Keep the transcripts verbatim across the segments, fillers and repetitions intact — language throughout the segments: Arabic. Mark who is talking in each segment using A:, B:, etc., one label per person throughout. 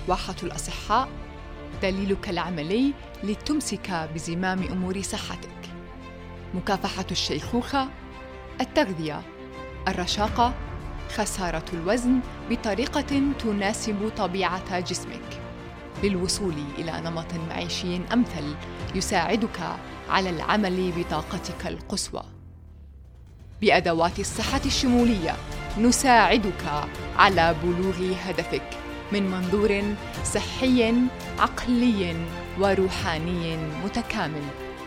A: واحة الأصحاء، دليلك العملي لتمسك بزمام أمور صحتك. مكافحة الشيخوخة، التغذية، الرشاقة، خسارة الوزن بطريقة تناسب طبيعة جسمك، للوصول إلى نمط معيشي أمثل يساعدك على العمل بطاقتك القصوى. بأدوات الصحة الشمولية نساعدك على بلوغ هدفك من منظور صحي عقلي وروحاني متكامل.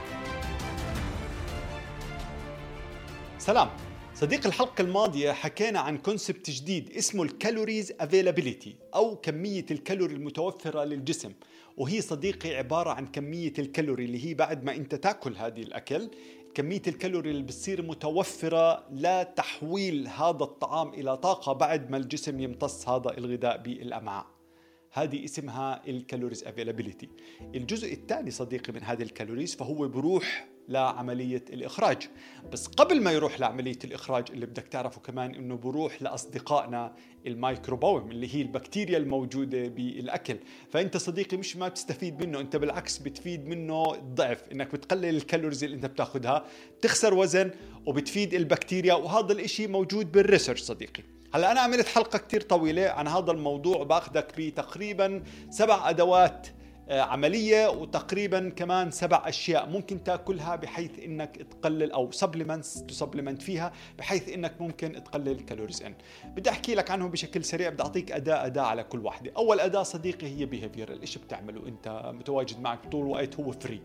B: سلام صديق، الحلقة الماضية حكينا عن كونسبت جديد اسمه الكالوريز افيلابيليتي أو كمية الكالوري المتوفرة للجسم، وهي صديقي عبارة عن كمية الكالوري اللي هي بعد ما أنت تأكل هذه الأكل، كمية الكالوري اللي بتصير متوفرة لتحويل هذا الطعام إلى طاقة بعد ما الجسم يمتص هذا الغذاء بالأمعاء. هذه اسمها الكالوريز افيلابيليتي. الجزء الثاني صديقي من هذه الكالوريز فهو بروح لعملية الإخراج، بس قبل ما يروح لعملية الإخراج اللي بدك تعرفه كمان إنه بروح لأصدقائنا الميكروبيوم اللي هي البكتيريا الموجودة بالأكل. فأنت صديقي مش ما بتستفيد منه، أنت بالعكس بتفيد منه الضعف، إنك بتقلل الكالوريز اللي أنت بتاخدها، بتخسر وزن وبتفيد البكتيريا، وهذا الإشي موجود بالريسيرش صديقي. هلا أنا عملت حلقة كتير طويلة عن هذا الموضوع، باخدك بتقريبا سبع أدوات عملية وتقريبا كمان سبع أشياء ممكن تأكلها بحيث إنك تقلل، أو supplements تسبلمنت فيها بحيث إنك ممكن تقلل الكالوريز إن. بدي أحكي لك عنهم بشكل سريع، بدي أعطيك أداة أداة على كل واحدة. أول أداة صديقي هي behavioral، إيش بتعمله أنت متواجد معك طول الوقت، هو فري.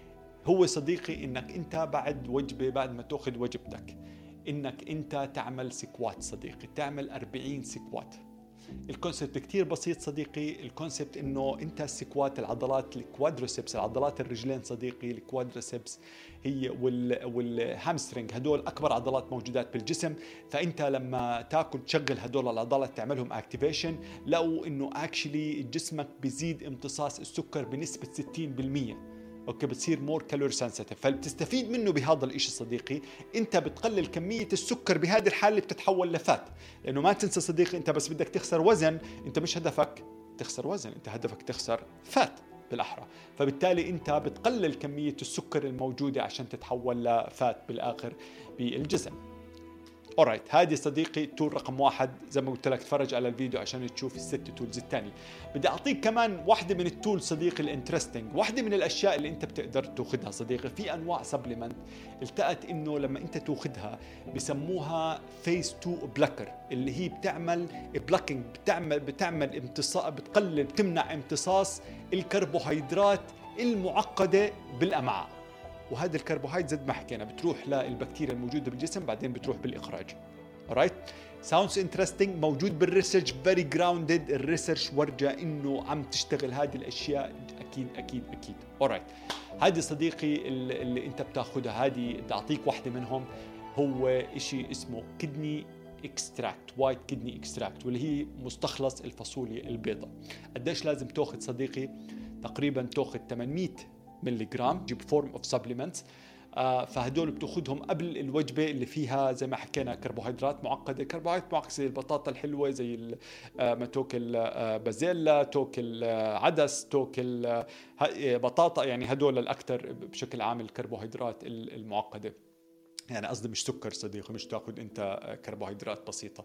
B: هو صديقي إنك أنت بعد وجبة، بعد ما تأخذ وجبتك، إنك أنت تعمل سكوات صديقي، تعمل أربعين سكوات. الكونسبت كتير بسيط صديقي. الكونسبت انه انت السكوات، العضلات الكوادروسيبس، العضلات الرجلين صديقي، الكوادروسيبس هي وال والهامسترينج، هدول اكبر عضلات موجودات بالجسم. فانت لما تاكل تشغل هدول العضلات تعملهم اكتيفيشن، لقوا انه اكشلي جسمك بيزيد امتصاص السكر بنسبة ستين بالمية. اوكي، بتصير مور كالوري سنسيتيف، فبتستفيد منه بهذا الاشي صديقي. انت بتقلل كمية السكر بهذه الحالة اللي بتتحول لفات، لانه ما تنسى صديقي انت بس بدك تخسر وزن، انت مش هدفك تخسر وزن، انت هدفك تخسر فات بالاحرى. فبالتالي انت بتقلل كمية السكر الموجودة عشان تتحول لفات بالاخر بالجسم. اورايت، هذه صديقي تول رقم واحد. زي ما قلت لك تفرج على الفيديو عشان تشوف الست تولز الثاني. بدي اعطيك كمان واحدة من التول صديقي الانترستنج، واحدة من الاشياء اللي انت بتقدر تاخذها صديقي. في انواع سبلمنت التقت انه لما انت تاخذها بسموها فيز تو بلاكر، اللي هي بتعمل بلاكينج، بتعمل بتعمل امتصاص، بتقلل بتمنع امتصاص الكربوهيدرات المعقدة بالامعاء. وهذا الكربوهيدرات زد ما حكينا بتروح للبكتيريا الموجودة بالجسم، بعدين بتروح بالإخراج. alright sounds interesting. موجود بالريسيرش، very grounded. الريسيرش ورجى إنه عم تشتغل هذه الأشياء، أكيد أكيد أكيد. alright هذه صديقي اللي, اللي أنت بتاخدها، هذه بدي أعطيك واحدة منهم. هو إشي اسمه كدني اكستراكت، وايت كدني اكستراكت، واللي هي مستخلص الفاصوليا البيضاء. قديش لازم تاخد صديقي؟ تقريبا تاخد ثمانمية ملي جرام جيب فورم اوف سبلمنتس. آه فهدول بتاخدهم قبل الوجبه اللي فيها زي ما حكينا كربوهيدرات معقده. كربوهيدرات معقده زي البطاطا الحلوه، زي آه ما توكل آه بازيلا، توكل آه عدس، توكل آه بطاطا، يعني هدول الاكثر بشكل عام الكربوهيدرات المعقده. يعني قصدي مش سكر صديقي، مش تاخذ انت كربوهيدرات بسيطه.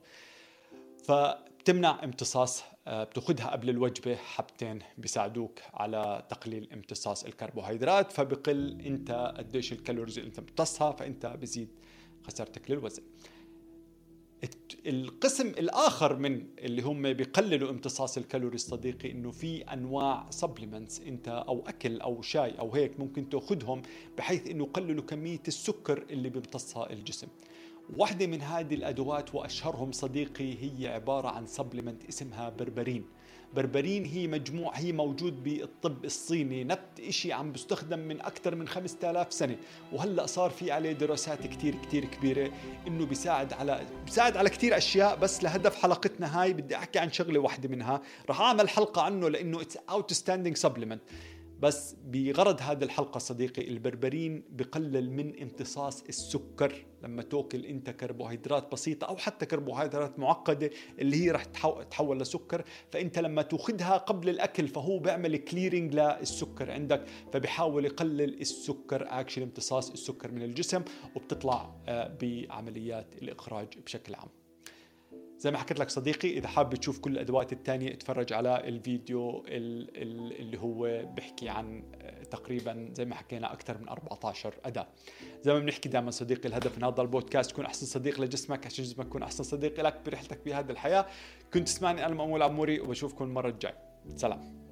B: فبتمنع امتصاص، بتاخدها قبل الوجبة، حبتين بيساعدوك على تقليل امتصاص الكربوهيدرات، فبقل انت قديش الكالوريز اللي انت بتمتصها، فانت بزيد خسارتك للوزن. القسم الآخر من اللي هم بيقللوا امتصاص الكالوريز صديقي، انه في انواع سبلمنتس انت او اكل او شاي او هيك ممكن تاخدهم بحيث انه يقللوا كمية السكر اللي بيمتصها الجسم. واحدة من هذه الأدوات وأشهرهم صديقي هي عبارة عن سبلمنت اسمها بربرين. بربرين هي مجموع، هي موجود بالطب الصيني، نبت إشي عم بيستخدم من أكثر من خمسة آلاف سنة، وهلأ صار في عليه دراسات كتير كتير كبيرة إنه بيساعد على بيساعد على كتير أشياء. بس لهدف حلقتنا هاي بدي أحكي عن شغلة واحدة منها، رح أعمل حلقة عنه لأنه it's outstanding supplement. بس بغرض هذه الحلقة صديقي، البربرين بقلل من امتصاص السكر لما تأكل انت كربوهيدرات بسيطة او حتى كربوهيدرات معقدة اللي هي رح تحول لسكر. فانت لما تأخذها قبل الاكل فهو بيعمل كليرنج للسكر عندك، فبيحاول يقلل السكر اكشن امتصاص السكر من الجسم، وبتطلع بعمليات الاخراج بشكل عام. زي ما حكيت لك صديقي، إذا حابب تشوف كل الأدوات التانية اتفرج على الفيديو اللي هو بيحكي عن تقريبا زي ما حكينا أكثر من أربعة عشر أداة. زي ما بنحكي دائما صديقي، الهدف من هذا البودكاست تكون أحسن صديق لجسمك عشان جسمك يكون أحسن صديق لك برحلتك بهذه الحياة. كنت تسمعني أنا مأمول عموري، وبشوفكم المرة الجاية. سلام.